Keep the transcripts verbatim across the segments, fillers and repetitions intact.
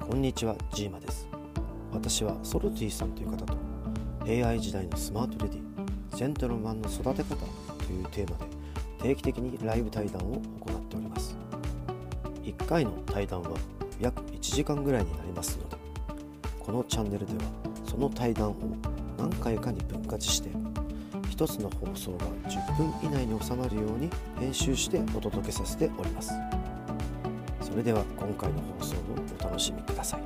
こんにちは、ジーマです。私はソルティさんという方と エーアイ 時代のスマートレディ、ジェントルマンの育て方というテーマで定期的にライブ対談を行っております。いっかいの対談は約いちじかんぐらいになりますので、このチャンネルではその対談を何回かに分割してひとつの放送がじゅっぷん以内に収まるように編集してお届けさせております。それでは今回の放送をお楽しみください。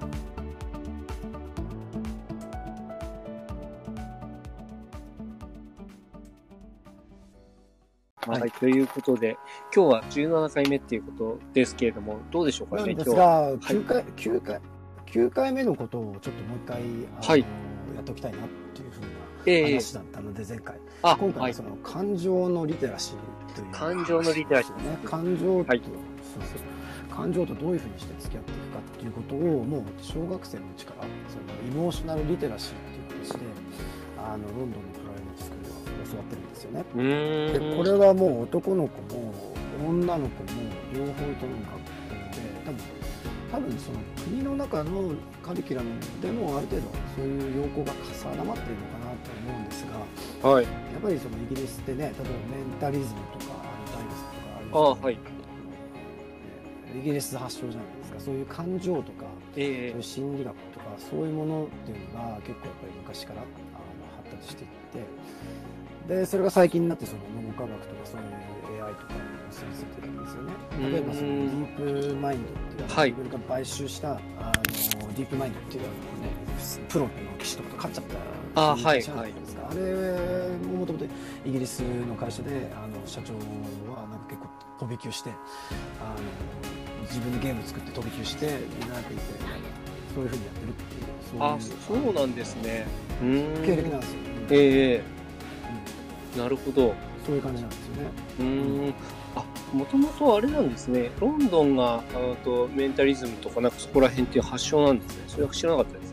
はい、はい、ということで今日はじゅうななかいめっていうことですけれども、どうでしょうかね。 なんですが、きゅうかい、きゅうかい、きゅうかいめのことをちょっともう一回、はい、やっておきたいなっていうふうな話だったので、えー、前回あ今回はその感情のリテラシーという、 感情のリテラシーね、感情と、はい、そうそう感情とどういうふうにして付き合っていくかっていうことをもう小学生のうちからそのイモーショナルリテラシーっていう形であのロンドンのプライベートスクールは教わってるんですよね。 うーんでこれはもう男の子も女の子も両方とも学校で多分多分その国の中のカリキュラムでもある程度そういう要項が定まっているのかなと思うんですが、はい、やっぱりそのイギリスってね、例えばメンタリズムとかアンタイズムとかあるんですけど、あ、はい、イギリス発祥じゃないですか。そういう感情とか、えー、そういう心理学とかそういうものっていうのが結構やっぱり昔からあの発達していってでそれが最近になってその脳科学とかそういう エーアイ とかに結びついてるんですよね。例えばそのディープマインドっていう、はい、自分が買収したあのディープマインドっていうのね、プロの棋士とかと勝っちゃったあ、はいはい、 あれももともとイギリスの会社であの社長はなんか結構飛び級してあの自分でゲーム作って飛び級してなんかいてそういうふうにやってるっていうそういうあそうなんですね。うーん経歴なんですよ、ね、 ええーうん、なるほどそういう感じなんですよね。 うーんあもともとあれなんですね。ロンドンがあとメンタリズムとかなんかそこら辺っていう発祥なんですね。それは知らなかったです。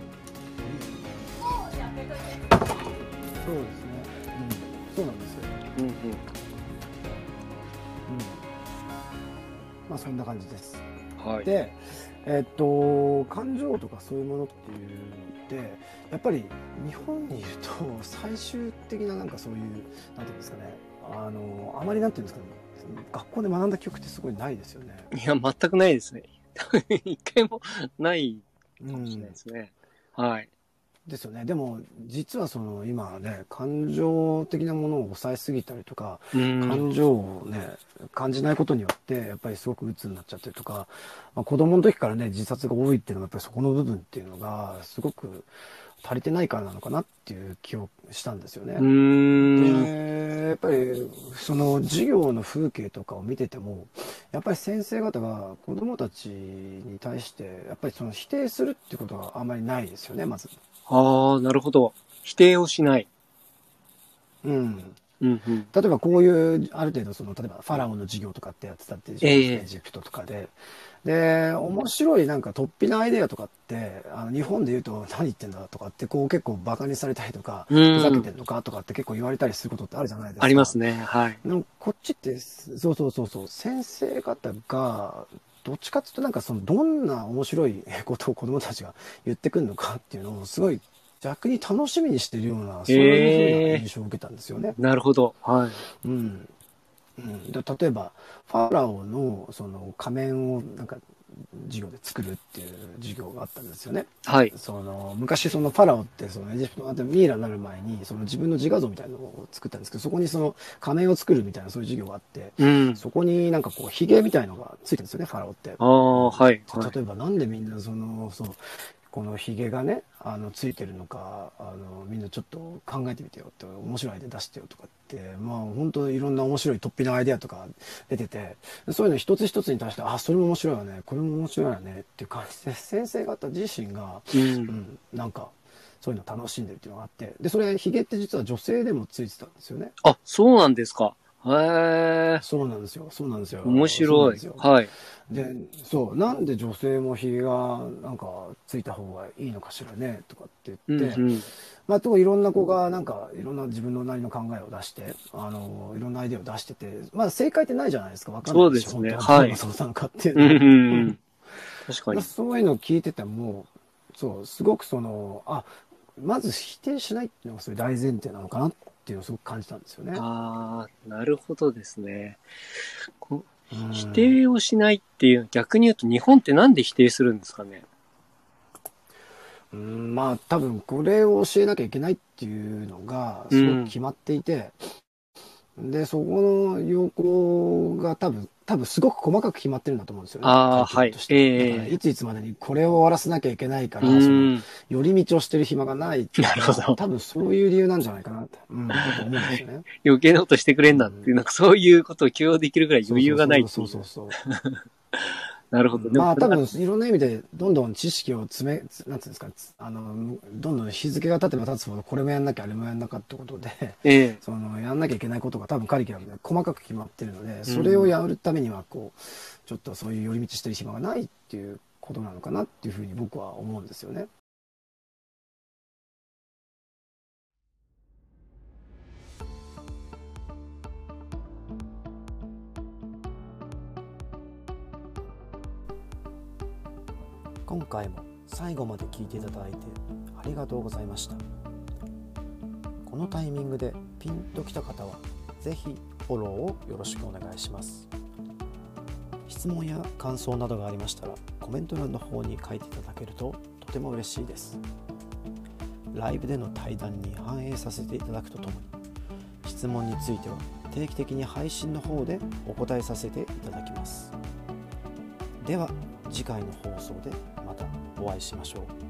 そうですね、うん、そうなんですよ。うんうん、うん、まあそんな感じです。はい、で、えっと感情とかそういうものっていうのってやっぱり日本にいると最終的ななんかそういうなんていうんですかね、あのあまりなんていうんですかね、学校で学んだ記憶ってすごいないですよね。 いや全くないですね。一回もないかもしれないですね。うん、はい。 ですよね。でも実はその今ね感情的なものを抑えすぎたりとか、感情をね感じないことによってやっぱりすごく鬱になっちゃったりとか、まあ、子供の時からね自殺が多いっていうのがやっぱりそこの部分っていうのがすごく足りてないからなのかなっていう気をしたんですよね。うーんでやっぱりその授業の風景とかを見ててもやっぱり先生方が子供たちに対してやっぱりその否定するっていうことがあんまりないですよね、まず。 ああ、なるほど。否定をしない。 うん。うんうん、例えばこういうある程度その例えばファラオの授業とかってやってたっていうじゃないですか、エジプトとかで。で面白いなんか突飛なアイデアとかってあの日本で言うと何言ってんだとかってこう結構バカにされたりとかふざけてんのかとかって結構言われたりすることってあるじゃないですか。 ありますね。はい。 でもこっちってそうそうそうそう先生方がどっちかっていうとなんかそのどんな面白いことを子供たちが言ってくるのかっていうのをすごい逆に楽しみにしてるようなそういうふうな印象を受けたんですよね。 なるほど。はい。 うんうん、で例えばファラオのその仮面をなんか授業で作るっていう授業があったんですよね。はい。その昔そのファラオってそのエジプトのミイラになる前にその自分の自画像みたいなのを作ったんですけど、そこにその仮面を作るみたいなそういう授業があって、うん、そこになんかこうヒゲみたいのがついてるんですよね、ファラオって。ああ、はい。例えばなんでみんなそのそうこのヒゲがねあのついてるのかあのみんなちょっと考えてみてよって面白いアイデア出してよとかってまあ本当いろんな面白い突飛なアイデアとか出ててそういうの一つ一つに対してあそれも面白いわねこれも面白いわねっていう感じで先生方自身が、うんうん、なんかそういうの楽しんでるっていうのがあってでそれヒゲって実は女性でもついてたんですよね。 あそうなんですか。へえ。 そうなんですよ。そうなんですよ。 面白い。はい。 で、そう、なんで女性もヒゲがなんかついた方がいいのかしらねとかって言って、うんうん、まあ、といろんな子がなんかいろんな自分のなりの考えを出して、あの、いろんなアイデアを出してて、まあ正解ってないじゃないですか。わかんないですよ。 そうですね。 はい。そうなのかっていうの。 確かに。 そういうのを聞いてても、そう、すごくその、あ、まず否定しないっていうのがそういう大前提なのかなっていうのをすごく感じたんですよね。 ああ、なるほどですね。こ否定をしないっていう、逆に言うと日本ってなんで否定するんですかね。 うん、まあ多分これを教えなきゃいけないっていうのがすごく決まっていて、うん、で、そこの要項が多分、多分すごく細かく決まってるんだと思うんですよね。 ああ、はい。えー、だからいついつまでにこれを終わらせなきゃいけないから、その寄り道をしてる暇がないっていうのは、多分そういう理由なんじゃないかなって、うん、僕は思うんですよね。 余計なことしてくれんなっていう、なんかそういうことを許容できるぐらい余裕がないっていう。 そうそうそうそう。 なるほど。 まあ多分いろんな意味でどんどん知識を詰め、なんていうんですか、あの、どんどん日付が経てば経つほどこれもやんなきゃあれもやんなきゃってことで、ええ、そのやんなきゃいけないことが多分カリキュラムで細かく決まってるので、それをやるためにはこう、ちょっとそういう寄り道してる暇がないっていうことなのかなっていうふうに僕は思うんですよね。今回も最後まで聞いていただいてありがとうございました。このタイミングでピンときた方はぜひフォローをよろしくお願いします。質問や感想などがありましたらコメント欄の方に書いていただけるととても嬉しいです。ライブでの対談に反映させていただくとともに、質問については定期的に配信の方でお答えさせていただきます。では次回の放送でまたお会いしましょう。